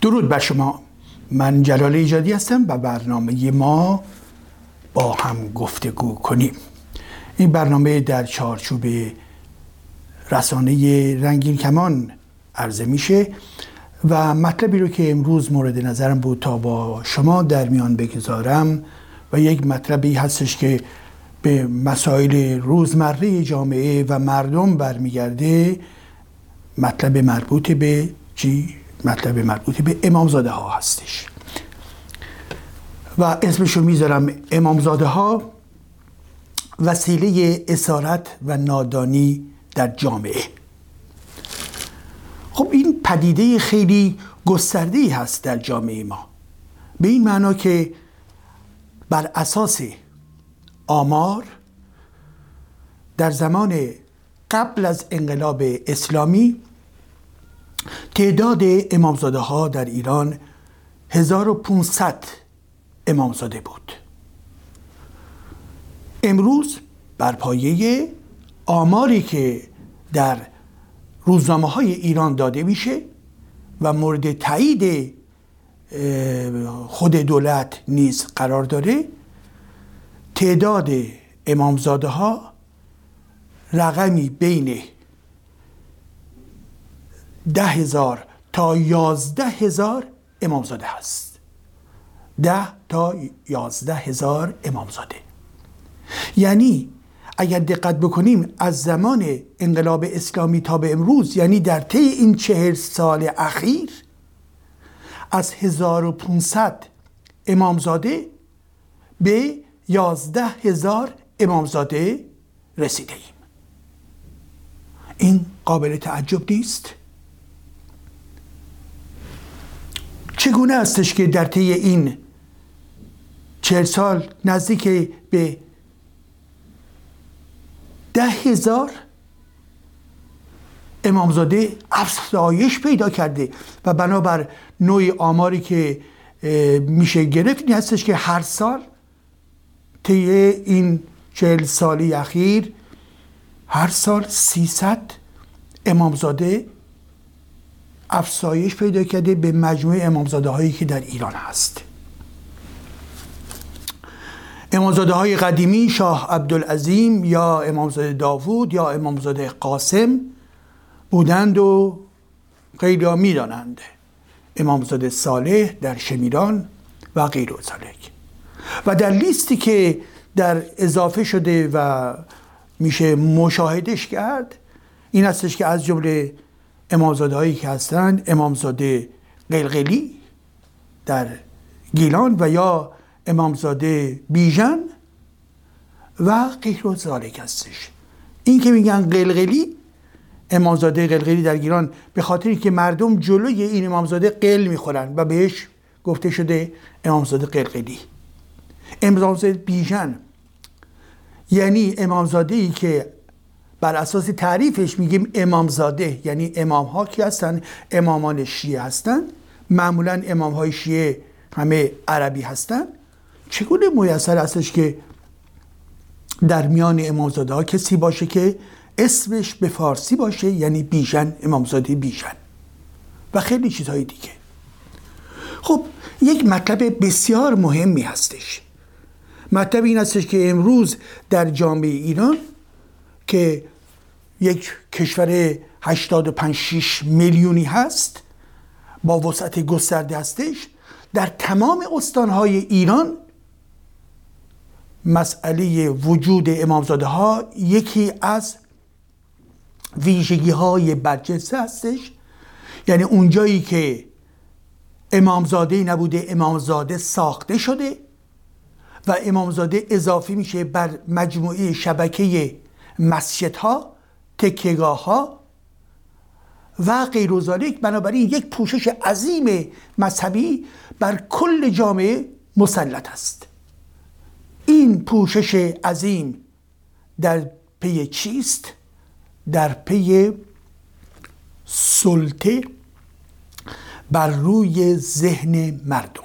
درود بر شما. من جلال ایجادی هستم و برنامه ما با هم گفتگو کنیم. این برنامه در چارچوب رسانه رنگین کمان عرضه میشه و مطلبی رو که امروز مورد نظرم بود تا با شما در میان بگذارم و یک مطلبی هستش که به مسائل روزمره جامعه و مردم برمیگرده. مطلب مربوط به چی؟ مطلب مربوط به امامزاده ها هستش و اسمشو میذارم امامزاده ها، وسیله اسارت و نادانی در جامعه. خب این پدیده خیلی گسترده‌ای هست در جامعه ما، به این معنا که بر اساس آمار در زمان قبل از انقلاب اسلامی تعداد امامزاده ها در ایران 1500 امامزاده بود. امروز بر پایه آماری که در روزنامه های ایران داده میشه و مورد تایید خود دولت نیز قرار داره، تعداد امامزاده ها رقمی بین 10,000 تا 11,000 امامزاده هست. 10 تا 11,000 امامزاده. یعنی اگر دقت بکنیم از زمان انقلاب اسلامی تا به امروز، یعنی در طی این 40 سال اخیر، از 1500 امامزاده به 11,000 امامزاده رسیده ایم. این قابل تعجب نیست؟ چگونه استش که در طی این 40 سال نزدیک به 10,000 امامزاده افزایش پیدا کرده و بنابر نوع آماری که میشه گرفت این هستش که هر سال طی این 40 سالی اخیر هر سال 300 امامزاده افزایش پیدا کرده به مجموع امامزاده هایی که در ایران هست. امامزاده های قدیمی شاه عبدالعظیم یا امامزاده داوود یا امامزاده قاسم بودند و خیلی ها می دانند. امامزاده صالح در شمیران و غیر ذالک. و در لیستی که در اضافه شده و میشه مشاهدش کرد این هستش که از جمله امامزاده هایی که هستند امامزاده قلقلی در گیلان و یا امامزاده بیژن و غیر ذالک هستش. این که میگن قلقلی، امامزاده قلقلی در گیلان، به خاطری که مردم جلوی این امامزاده قل میخورن و بهش گفته شده امامزاده قلقلی. امامزاده بیژن یعنی امامزاده ای که بر اساس تعریفش میگیم امامزاده، یعنی امام ها کی هستن؟ امامان شیعه هستن. معمولا امام های شیعه همه عربی هستن. چگونه میسر هستش که در میان امامزاده ها کسی باشه که اسمش به فارسی باشه، یعنی بیژن، امامزاده بیژن و خیلی چیزهای دیگه. خب یک مطلب بسیار مهمی هستش. مطلب این هستش که امروز در جامعه ایران که یک کشور 85-6 میلیونی هست با وسعت گسترده هستش، در تمام استانهای ایران مسئله وجود امامزاده ها یکی از ویژگی های برجسته هستش. یعنی اونجایی که امامزاده نبوده امامزاده ساخته شده و امامزاده اضافی میشه بر مجموعه شبکه مسجدها، تکیهگاه ها و غیر ذالک. بنابراین یک پوشش عظیم مذهبی بر کل جامعه مسلط است. این پوشش عظیم در پی چیست؟ در پی سلطه بر روی ذهن مردم.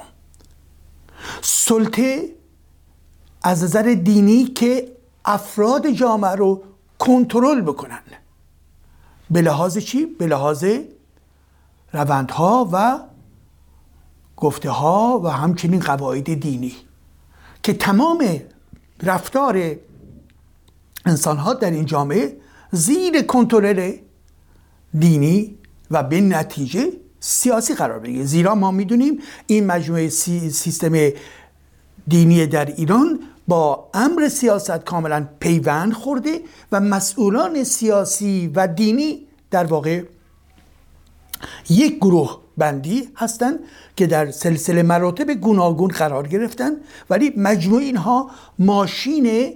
سلطه از نظر دینی که افراد جامعه رو کنترل بکنن. به لحاظ چی؟ به لحاظ روندها و گفته ها و همچنین قواعد دینی که تمام رفتار انسان ها در این جامعه زیر کنترل دینی و به نتیجه سیاسی قرار بگیره. زیرا ما میدونیم این مجموعه سیستم دینی در ایران با امر سیاست کاملا پیوند خورده و مسئولان سیاسی و دینی در واقع یک گروه بندی هستند که در سلسله مراتب گوناگون قرار گرفتن، ولی مجموع اینها ماشین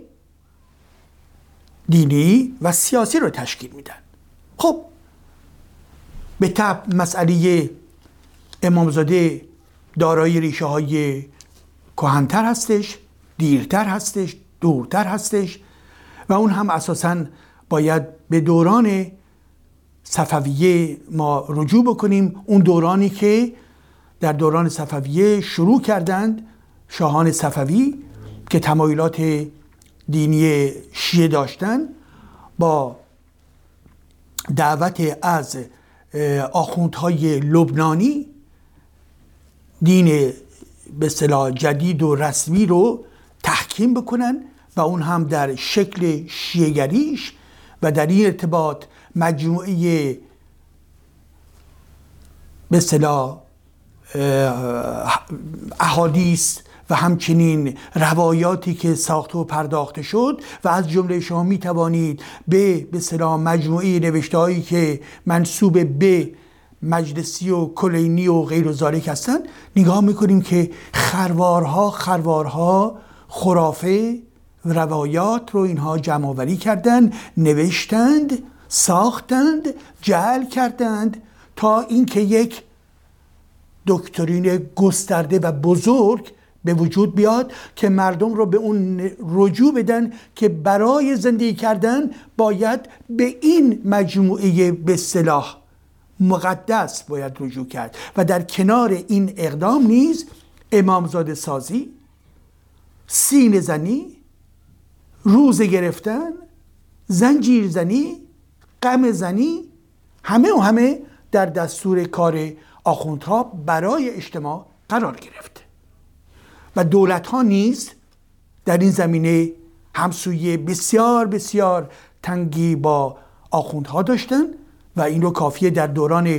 دینی و سیاسی رو تشکیل میدن. خب به طب مسئله امامزاده دارای ریشه های کهن‌تر هستش، دیرتر هستش، دورتر هستش و اون هم اساساً باید به دوران صفویه ما رجوع بکنیم. اون دورانی که در دوران صفویه شروع کردند شاهان صفوی که تمایلات دینی شیعه داشتن، با دعوت از آخوندهای لبنانی دین به اصطلاح جدید و رسمی رو تحکیم بکنن و اون هم در شکل شیعه‌گریش و در این ارتباط مجموعه به اصطلاح احادیث و همچنین روایاتی که ساخته و پرداخته شد و از جمله شما می توانید به اصطلاح مجموعه نوشته‌هایی که منسوب به مجلسی و کلینی و غیر ذالک هستن نگاه میکنیم که خروارها خرافه و روایات رو اینها جمع آوری کردند، نوشتند، ساختند، جعل کردند تا اینکه یک دکترین گسترده و بزرگ به وجود بیاد که مردم رو به اون رجوع بدن که برای زندگی کردن باید به این مجموعه به اصطلاح مقدس باید رجوع کرد و در کنار این اقدام نیز امامزاده سازی، سینه زنی، روزه گرفتن، زنجیر زنی، غم زنی همه در دستور کار آخوندها برای اجتماع قرار گرفته و دولت ها نیز در این زمینه همسویه بسیار بسیار تنگی با آخوندها داشتن و این رو کافیه در دوران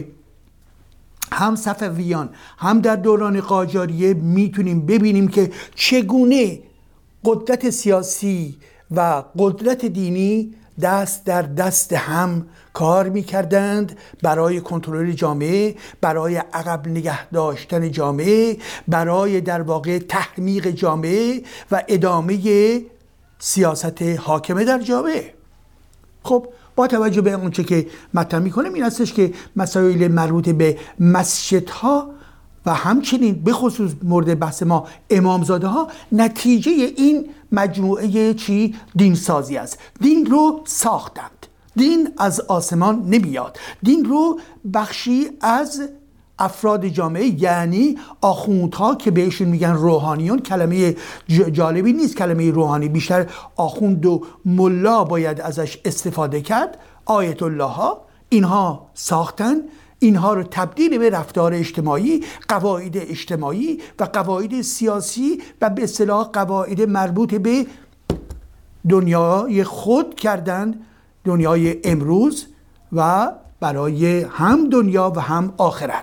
هم صفویان هم در دوران قاجاریه میتونیم ببینیم که چگونه قدرت سیاسی و قدرت دینی دست در دست هم کار میکردند برای کنترل جامعه، برای عقب نگه داشتن جامعه، برای در واقع تحمیق جامعه و ادامه سیاست حاکمه در جامعه. خب با توجه به اونچه که مطرح میکنم این هستش که مسائل مربوط به مسجدها و همچنین به خصوص مورد بحث ما امامزاده ها نتیجه این مجموعه دینسازی است. دین رو ساختند، دین از آسمان نمیاد، دین رو بخشی از افراد جامعه یعنی آخوندها که بهشون میگن روحانیون، کلمه جالبی نیست کلمه روحانی، بیشتر آخوند و ملا باید ازش استفاده کرد، آیت الله ها، اینها ساختن، اینها رو تبدیل به رفتار اجتماعی، قواعد اجتماعی و قواعد سیاسی و به اصطلاح قواعد مربوط به دنیای خود کردن، دنیای امروز و برای هم دنیا و هم آخرت.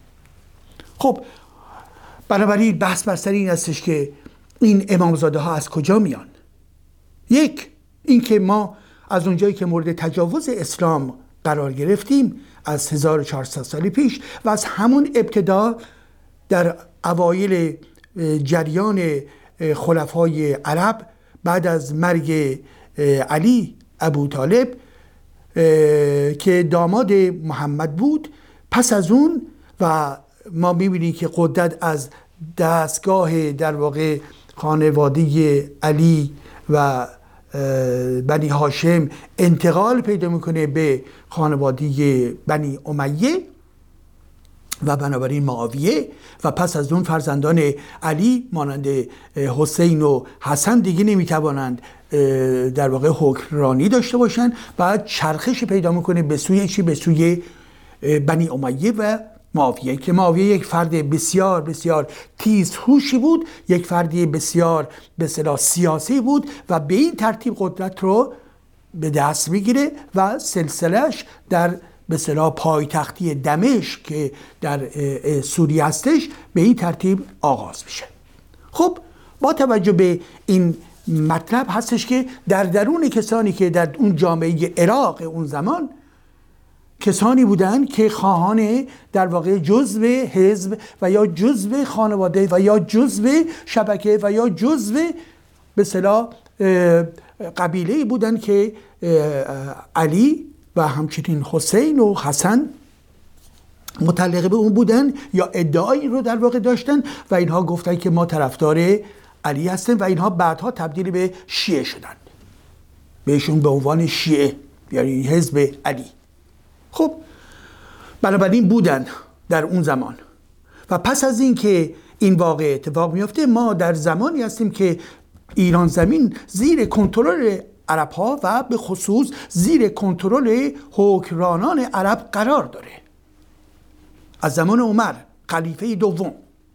خب بنابراین بحث بر سر این هستش که این امامزاده ها از کجا میان؟ یک، این که ما از اونجایی که مورد تجاوز اسلام قرار گرفتیم از 1400 سال پیش و از همون ابتدا در اوایل جریان خلفای عرب بعد از مرگ علی ابوطالب که داماد محمد بود، پس از اون و ما میبینیم که قدرت از دستگاه در واقع خانواده علی و بنی هاشم انتقال پیدا میکنه به خانواده بنی امیه و بنابراین معاویه و پس از اون فرزندان علی مانند حسین و حسن دیگه نمیتوانند در واقع حکمرانی داشته باشند. بعد چرخش پیدا میکنه به سوی چی؟ به سوی بنی امیه و معاویه، که معاویه یک فرد بسیار بسیار تیزهوشی بود، یک فردی بسیار به اصطلاح سیاسی بود و به این ترتیب قدرت رو به دست میگیره و سلسلهش در به اصطلاح پایتختی دمشق که در سوریه هستش به این ترتیب آغاز میشه. خب با توجه به این مطلب هستش که در درون کسانی که در اون جامعه عراق اون زمان کسانی بودند که خواهان در واقع جزو حزب و یا جزو خانواده و یا جزو شبکه و یا جزو به اصطلاح قبیله‌ای بودند که علی و همچنین حسین و حسن متعلق به اون بودن یا ادعایی رو در واقع داشتن و اینها گفتن که ما طرفدار علی هستیم و اینها بعدها تبدیل به شیعه شدن، بهشون به عنوان شیعه یعنی حزب علی. خب بنابراین بودن در اون زمان و پس از این که این واقع اتفاق میفته ما در زمانی هستیم که ایران زمین زیر کنترل عرب ها و به خصوص زیر کنترل حکمرانان عرب قرار داره. از زمان عمر خلیفه دوم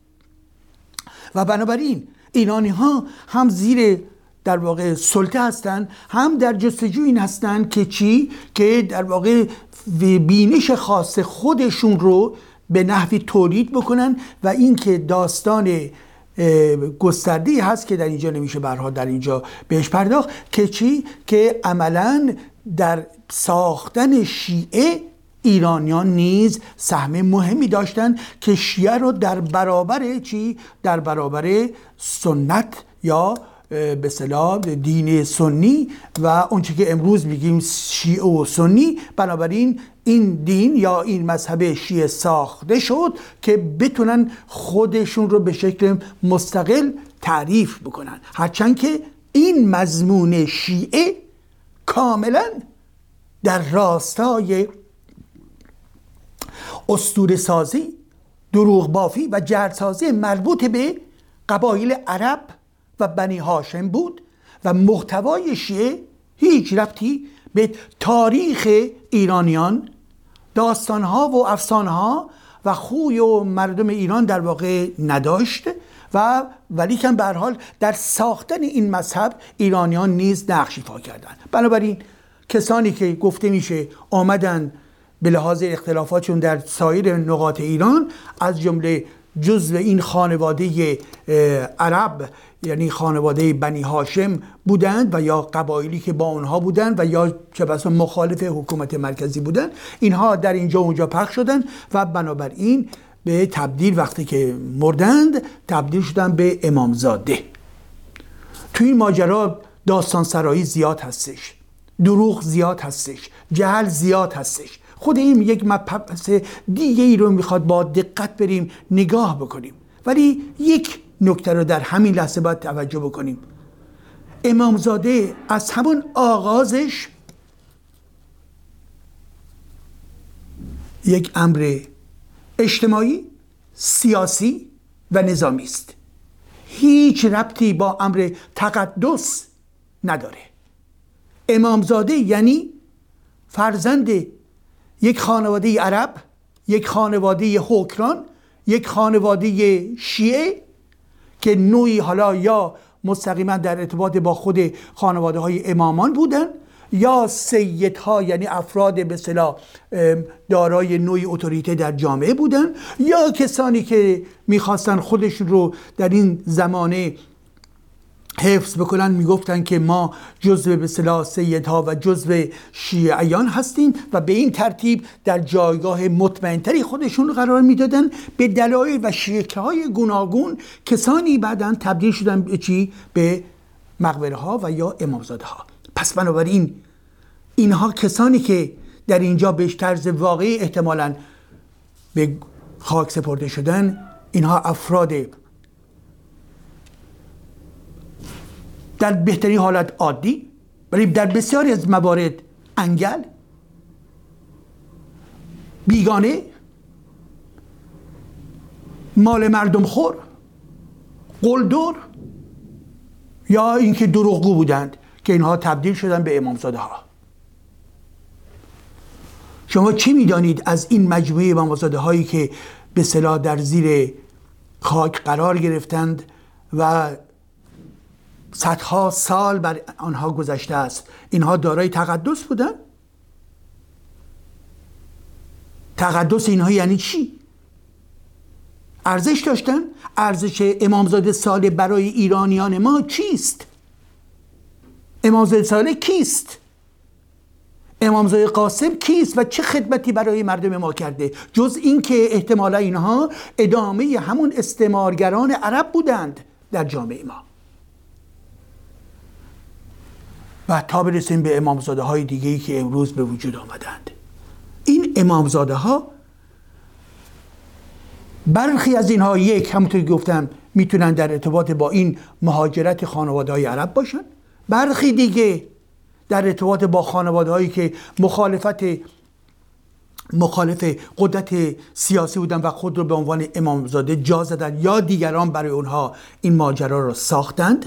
و بنابراین ایرانی ها هم زیر در واقع سلطه هستند، هم در جستجوی این هستند که چی؟ که در واقع بینش خاص خودشون رو به نحوی تولید بکنن و این که داستان گسترده‌ای هست که در اینجا نمیشه برها در اینجا بهش پرداخت که چی؟ که عملاً در ساختن شیعه ایرانیان نیز سهم مهمی داشتن که شیعه رو در برابر چی؟ در برابر سنت یا به اصطلاح دین سنی و اونچه که امروز میگیم شیعه و سنی، بنابراین این دین یا این مذهب شیعه ساخته شد که بتونن خودشون رو به شکل مستقل تعریف بکنن، هرچند که این مضمون شیعه کاملا در راستای اسطوره سازی، دروغ بافی و جعلسازی مربوط به قبایل عرب و بنی هاشم بود و محتوای شیعه هیچ ربطی به تاریخ ایرانیان، داستانها و افسانها و خوی و مردم ایران در واقع نداشت و ولیکن به هر حال در ساختن این مذهب ایرانیان نیز نقش ایفا کردند. بنابراین کسانی که گفته میشه آمدن به لحاظ اختلافاتشون در سایر نقاط ایران از جمله جزو این خانواده عرب یعنی خانواده بنی هاشم بودند و یا قبایلی که با اونها بودند و یا چه بسا مخالف حکومت مرکزی بودند، اینها در اینجا اونجا پخش شدند و بنابراین به تبدیل وقتی که مردند تبدیل شدن به امامزاده. توی این ماجرا داستان سرایی زیاد هستش، دروغ زیاد هستش، جهل زیاد هستش. خود این یک مبحث دیگه ای رو میخواد با دقت بریم نگاه بکنیم، ولی یک نکته رو در همین لحظه باید توجه بکنیم. امامزاده از همون آغازش یک امر اجتماعی، سیاسی و نظامی است، هیچ ربطی با امر تقدس نداره. امامزاده یعنی فرزند یک خانواده عرب، یک خانواده حکران، یک خانواده شیعه که نوعی حالا یا مستقیما در ارتباط با خود خانواده های امامان بودن یا سیدها یعنی افراد به اصطلاح دارای نوعی اتوریته در جامعه بودن یا کسانی که میخواستن خودشون رو در این زمانه حفظ بکنن، میگفتن که ما جزو به اصطلاح سیدها و جزو شیعیان هستیم و به این ترتیب در جایگاه مطمئنتری خودشون رو قرار میدادن. به دلایل و شکل‌های گوناگون کسانی بعداً تبدیل شدن به چی؟ به مقبره ها و یا امامزاده ها. پس بنابراین اینها کسانی که در اینجا به طرز واقعی احتمالاً به خاک سپرده شدن، اینها افراد در بهترین حالت عادی ولی در بسیاری از موارد انگل، بیگانه، مال مردم خور، قلدر یا اینکه دروغگو بودند که اینها تبدیل شدن به امامزاده ها. شما چه میدانید از این مجموعه امامزاده هایی که به اصطلاح در زیر خاک قرار گرفتند و صدها سال بر آنها گذشته است، اینها دارای تقدس بودند؟ تقدس اینها یعنی چی؟ ارزش داشتن؟ ارزش امامزاده صالح برای ایرانیان ما چیست؟ امامزاده صالح کیست؟ امامزاده قاسم کیست و چه خدمتی برای مردم ما کرده، جز اینکه احتمالا اینها ادامه همون استعمارگران عرب بودند در جامعه ما. و تا برسیم به امامزاده های دیگه‌ای که امروز به وجود آمدند. این امامزاده ها برخی از اینها همونطور که گفتم میتونن در ارتباط با این مهاجرت خانواده های عرب باشن، برخی دیگه در ارتباط با خانواده هایی که مخالف قدرت سیاسی بودن و خود رو به عنوان امامزاده جا زدن یا دیگران برای اونها این ماجرا رو ساختند.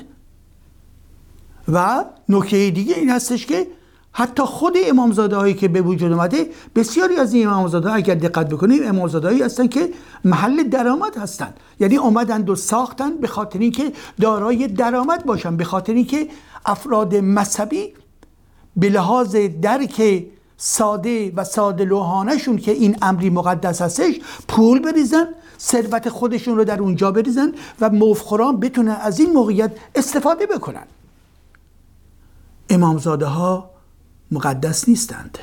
و نکته دیگه این هستش که حتی خود امامزاده هایی که به وجود اومده، بسیاری از این امامزاده ها اگر دقت بکنیم امامزاده هایی هستن که محل درآمد هستن، یعنی اومدند و ساختن به خاطر اینکه دارای درآمد باشن، به خاطر اینکه افراد مذهبی به لحاظ درک ساده و ساده لوحانشون که این امری مقدس هستش پول بریزن، ثروت خودشون رو در اونجا بریزن و مفخران بتونن از این موقعیت استفاده بکنن. امامزاده ها مقدس نیستند.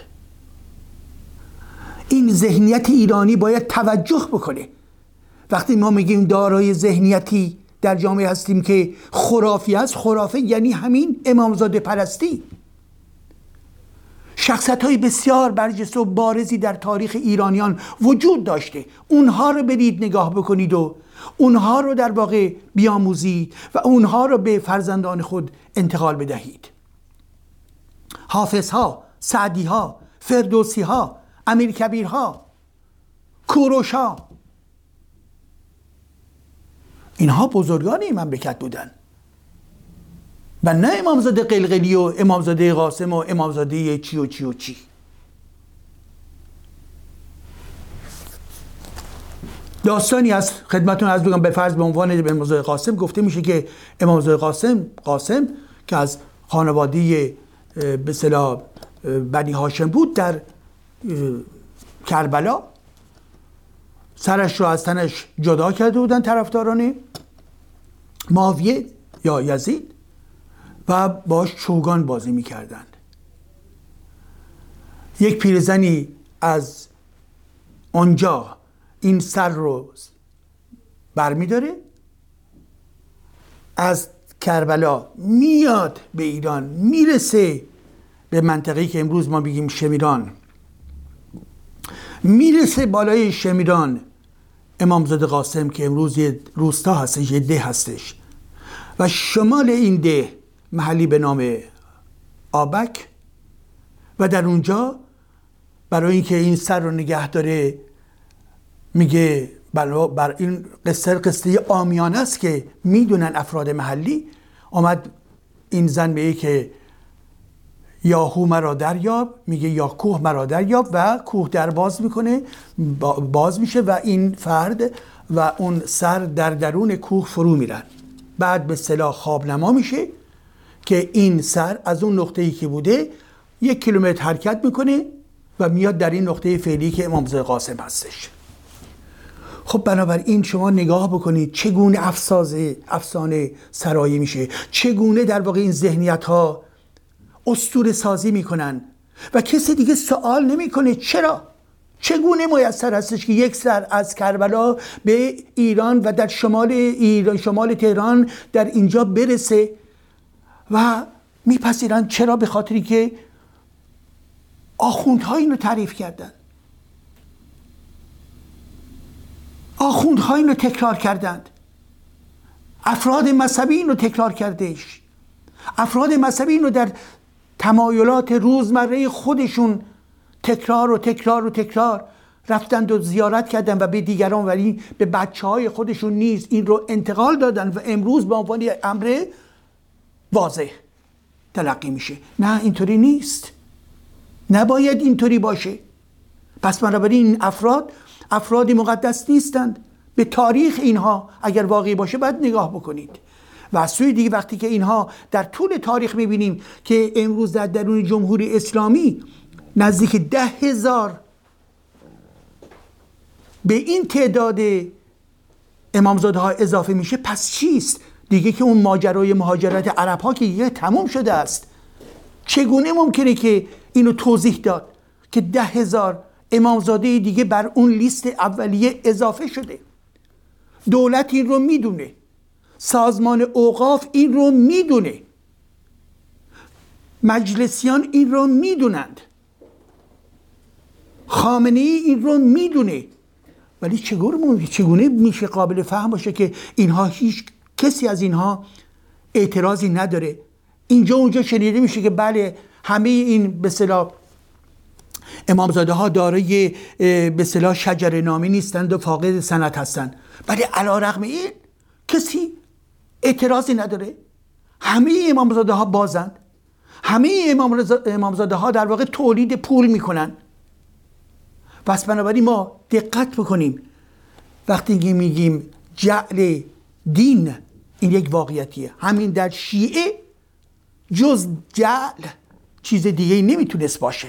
این ذهنیت ایرانی باید توجه بکنه. وقتی ما میگیم دارای ذهنیتی در جامعه هستیم که خرافی است، خرافه یعنی همین امامزاده پرستی. شخصیت‌های بسیار برجسته و بارزی در تاریخ ایرانیان وجود داشته، اونها رو برید نگاه بکنید و اونها رو در واقع بیاموزید و اونها رو به فرزندان خود انتقال بدهید. حافظها، سعدیها، فردوسیها، امیرکبیرها، کوروشها، اینها بزرگان این مملکت بودن و نه امامزاده قلقلی و امامزاده قاسم و امامزاده چی و چی و چی. داستانی از خدمتون عرض بگم، به فرض به عنوان امامزاده قاسم گفته میشه که امامزاده قاسم که از خانواده به اصطلاح بنی هاشم بود، در کربلا سرش رو از تنش جدا کرده بودن طرفداران معاویه یا یزید و باش چوگان بازی میکردند. یک پیرزنی از آنجا این سر رو برمیداره، از کربلا میاد به ایران، میرسه به منطقه‌ای که امروز ما بگیم شمیران، میرسه بالای شمیران. امامزاده قاسم که امروز یه روستا هستش، یه ده هستش و شمال این ده محلی به نام آبک و در اونجا برای اینکه این سر رو نگه داره میگه بر این قصه عامیانه است که میدونن افراد محلی. آمد این زن میگه که یا هو مرا دریاب، میگه یا کوه مرا دریاب و کوه در باز میکنه، باز میشه و این فرد و اون سر در درون کوه فرو میرن. بعد به اصطلاح خواب نما میشه که این سر از اون نقطه‌ای که بوده 1 کیلومتر حرکت میکنه و میاد در این نقطه فعلی که امامزاده قاسم هستش. خب بنابراین شما نگاه بکنید چگونه افسانه سرایی میشه، چگونه در واقع این ذهنیت ها اسطوره سازی میکنن و کسی دیگه سوال نمیکنه چگونه میسر هستش که یک سر از کربلا به ایران و در شمال تهران در اینجا برسه و میپذیرن. چرا؟ به خاطری که آخوندها اینو تعریف کردن، آخوندها اینو تکرار کردند، افراد مذهبی اینو تکرار کردش، افراد مذهبی اینو در تمایلات روزمره خودشون تکرار رفتند و زیارت کردن و به دیگران ولی به بچه‌های خودشون نیز این رو انتقال دادن و امروز به عنوان امر واضح تلقی میشه. نه اینطوری نیست، نباید اینطوری باشه. پس بنابراین این افرادی مقدس نیستند. به تاریخ اینها اگر واقعی باشه باید نگاه بکنید. و از سوی دیگه وقتی که اینها در طول تاریخ میبینیم که امروز در درون جمهوری اسلامی نزدیک 10,000 به این تعداد امامزاده ها اضافه میشه، پس چیست؟ دیگه که اون ماجرای مهاجرت عرب ها که دیگه تموم شده است. چگونه ممکنه که اینو توضیح داد که 10,000 امامزاده دیگه بر اون لیست اولیه اضافه شده؟ دولت این رو میدونه، سازمان اوقاف این رو میدونه، مجلسیان این رو میدونند، خامنه ای این رو میدونه، ولی چگونه میشه قابل فهم باشه که اینها هیچ کسی از اینها اعتراضی نداره؟ اینجا اونجا شنیده میشه که بله همه این به اصطلاح امامزاده ها دارای به اصطلاح شجره نامی نیستند و فاقد سند هستند، ولی علیرغم این کسی اعتراضی نداره. همه امامزاده ها بازند، همه امامزاده ها در واقع تولید پول میکنن. پس بنابراین ما دقت بکنیم وقتی که میگیم جعل دین، این یک واقعیتیه. همین در شیعه جز جعل چیز دیگه نمیتونست باشه.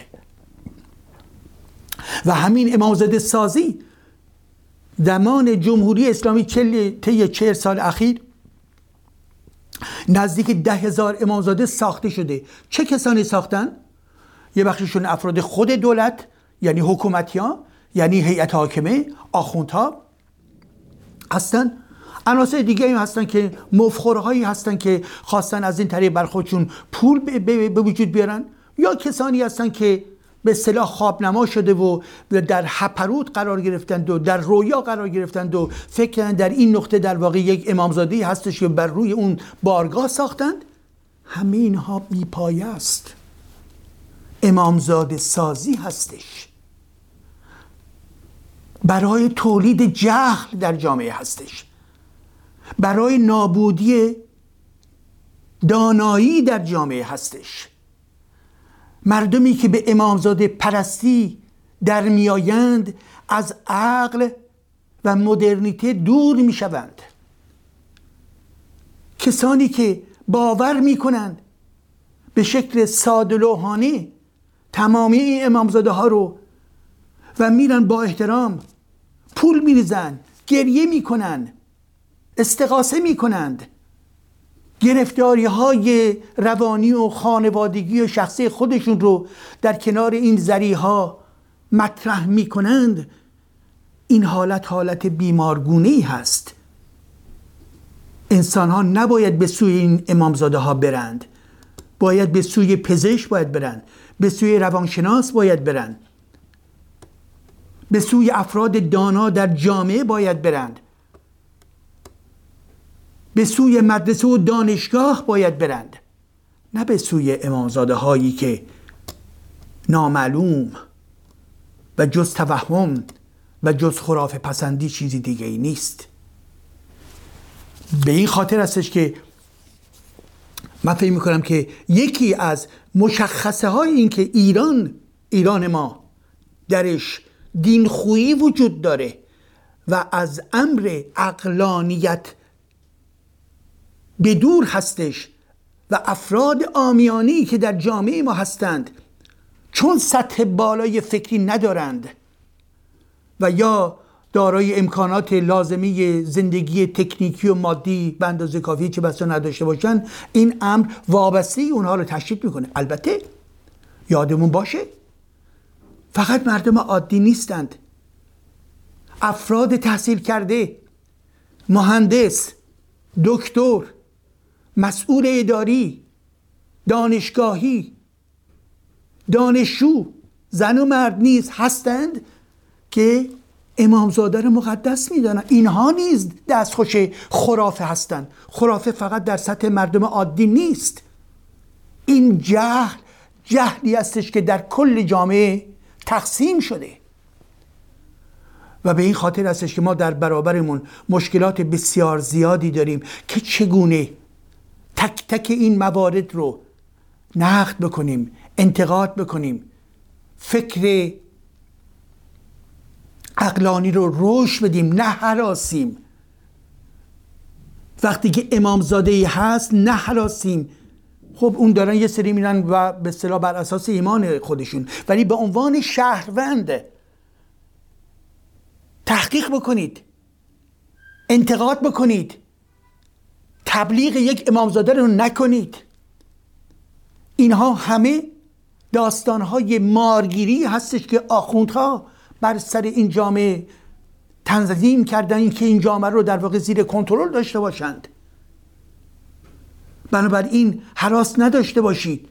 و همین امامزاده سازی زمان جمهوری اسلامی طی 40 سال اخیر نزدیک 10,000 امامزاده ساخته شده. چه کسانی ساختن؟ یه بخششون افراد خود دولت، یعنی حکومتیان، یعنی هیئت حاکمه، آخوندها هستن. عناصر دیگه هم هستن که مفخورهایی هستن که خواستن از این طریق بر خودشون پول به وجود بیارن، یا کسانی هستن که به اصطلاح خوابنما شده و در هپروت قرار گرفتند و در رویا قرار گرفتند و فکر کردن در این نقطه در واقع یک امامزاده‌ای هستش که بر روی اون بارگاه ساختند. همه اینها بی‌پایه است. امامزاده سازی هستش، برای تولید جهل در جامعه هستش، برای نابودی دانایی در جامعه هستش. مردمی که به امامزاده پرستی در میآیند از عقل و مدرنیته دور می شوند. کسانی که باور می کنند به شکل ساده لوحانه تمامی این امامزاده ها رو و میرن با احترام پول می ریزن، گریه می کنن، استغاثه می کنند، گرفتاری های روانی و خانوادگی و شخصی خودشون رو در کنار این ذریع‌ها مطرح می کنند، این حالت بیمارگونه‌ای هست. انسان ها نباید به سوی این امامزاده ها برند، باید به سوی پزشک باید برند، به سوی روانشناس باید برند، به سوی افراد دانا در جامعه باید برند، به سوی مدرسه و دانشگاه باید برند، نه به سوی امامزاده هایی که نامعلوم و جز توهم و جز خرافه پسندی چیزی دیگه ای نیست. به این خاطر هستش که من فکر میکنم که یکی از مشخصه های این که ایران ما درش دینخویی وجود داره و از امر عقلانیت بدور هستش و افراد عامیانه‌ای که در جامعه ما هستند چون سطح بالای فکری ندارند و یا دارای امکانات لازمی زندگی تکنیکی و مادی به اندازه کافی چه بسا نداشته باشند، این امر وابسته اونها رو تشدید میکنه. البته یادمون باشه فقط مردم عادی نیستند، افراد تحصیل کرده، مهندس، دکتر، مسئول اداری، دانشگاهی، دانشجو، زن و مرد نیز هستند که امامزاده رو مقدس میدانند. اینها نیز دستخوش خرافه هستند. خرافه فقط در سطح مردم عادی نیست. این جهلی هستش که در کل جامعه تقسیم شده و به این خاطر هستش که ما در برابرمون مشکلات بسیار زیادی داریم که چگونه تک تک این موارد رو نقد بکنیم، انتقاد بکنیم، فکر عقلانی رو رشد بدیم، نه هراسیم. وقتی که امامزاده‌ای هست نه هراسیم. خب اون دارن یه سری میرن و به اصطلاح بر اساس ایمان خودشون، ولی به عنوان شهروند تحقیق بکنید، انتقاد بکنید، تبلیغ یک امامزاده رو نکنید. اینها همه داستانهای مارگیری هستش که آخوندها بر سر این جامعه تنظیم کردن که این جامعه رو در واقع زیر کنترل داشته باشند. بنابراین هراس نداشته باشید.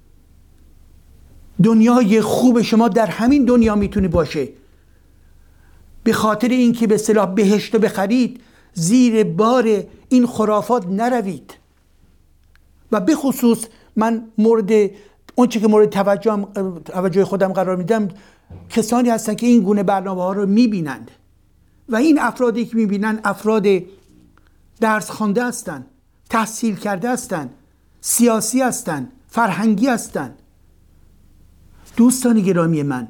دنیای خوب شما در همین دنیا میتونه باشه. به خاطر اینکه به اصطلاح بهشت رو بخرید زیر بار این خرافات نروید. و به خصوص من اون چه که مورد توجه خودم قرار میدم، کسانی هستن که این گونه برنامه ها رو میبینند و این افرادی که میبینن افراد درس خوانده هستن، تحصیل کرده هستن، سیاسی هستن، فرهنگی هستن. دوستان گرامی من،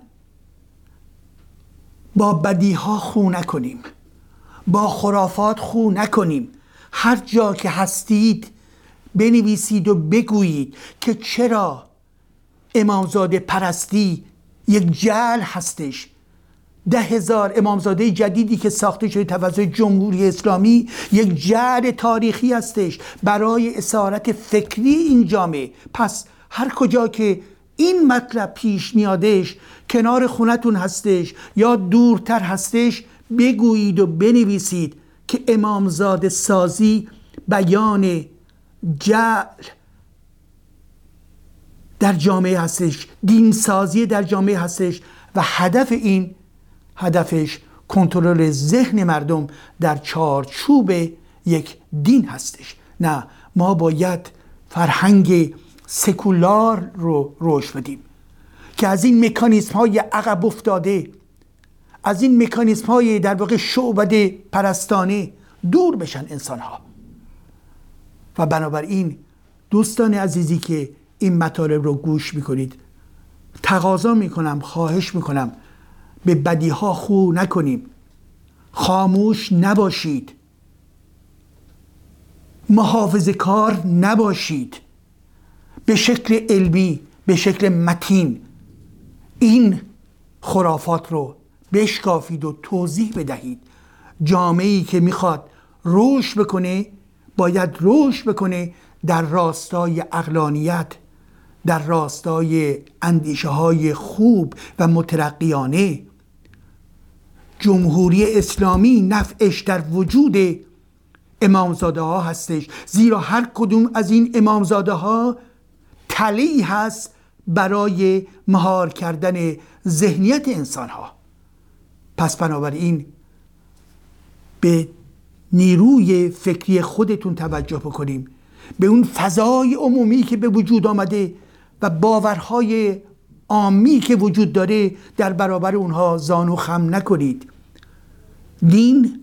با بدیها خو نکنیم، با خرافات خو نکنیم. هر جا که هستید بنویسید و بگویید که چرا امامزاده پرستی یک جعل هستش. 10,000 امامزاده جدیدی که ساخته شده توسط جمهوری اسلامی یک جعل تاریخی هستش برای اسارت فکری این جامعه. پس هر کجا که این مطلب پیش میادش، کنار خونتون هستش یا دورتر هستش، بگویید و بنویسید که امامزاده سازی بیان جعل در جامعه هستش، دین سازی در جامعه هستش و هدفش کنترل ذهن مردم در چارچوب یک دین هستش. نه، ما باید فرهنگ سکولار رو رشد بدیم که از این مکانیزم های عقب افتاده، از این مکانیزم های در واقع شعبده پرستانه دور بشن انسان ها. و بنابراین دوستان عزیزی که این مطالب رو گوش میکنید، تقاضا میکنم، خواهش میکنم به بدیها خو نکنیم، خاموش نباشید، محافظه کار نباشید، به شکل علمی، به شکل متین این خرافات رو بشکافید و توضیح بدهید. جامعه‌ای که میخواد رشد بکنه باید رشد بکنه در راستای عقلانیت، در راستای اندیشه های خوب و مترقیانه. جمهوری اسلامی نفعش در وجود امامزاده ها هستش، زیرا هر کدوم از این امامزاده ها تلی هست برای مهار کردن ذهنیت انسان ها. پس بنابراین به نیروی فکری خودتون توجه بکنیم، به اون فضای عمومی که به وجود آمده و باورهای عامی که وجود داره در برابر اونها زانو خم نکنید. دین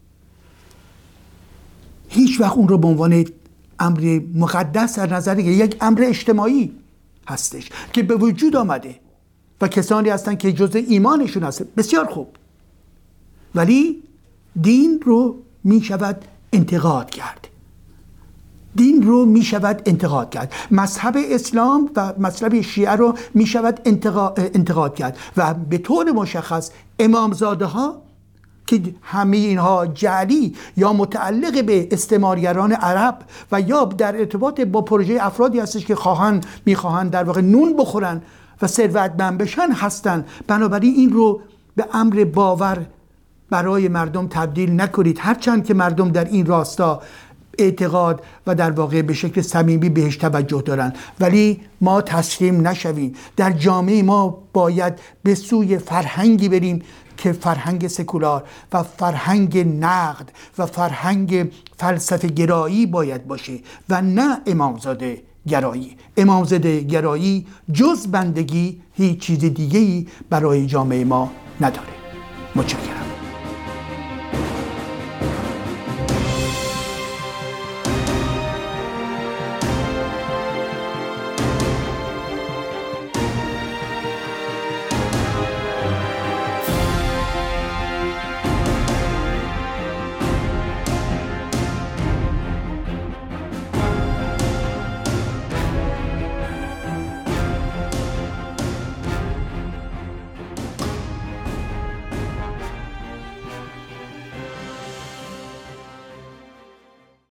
هیچ وقت اون رو به عنوان امر مقدس در نظر نگیرید. یک امر اجتماعی هستش که به وجود آمده و کسانی هستن که جزء ایمانشون هست. بسیار خوب، ولی دین رو می شود انتقاد کرد. دین رو می شود انتقاد کرد. مذهب اسلام و مذهب شیعه رو می شود انتقاد کرد و به طور مشخص امامزاده ها که همه اینها جعلی یا متعلق به استعمارگران عرب و یا در ارتباط با پروژه افرادی هستش که میخواهند در واقع نون بخورن و ثروتمند بشن هستن. بنابراین این رو به امر باور برای مردم تبدیل نکنید، هرچند که مردم در این راستا اعتقاد و در واقع به شکل صمیمی بهش توجه دارن، ولی ما تسلیم نشویم. در جامعه ما باید به سوی فرهنگی بریم که فرهنگ سکولار و فرهنگ نقد و فرهنگ فلسفه گرایی باید باشه و نه امامزاده گرایی. امامزاده گرایی جز بندگی هیچ چیز دیگه‌ای برای جامعه ما نداره. متشکرم.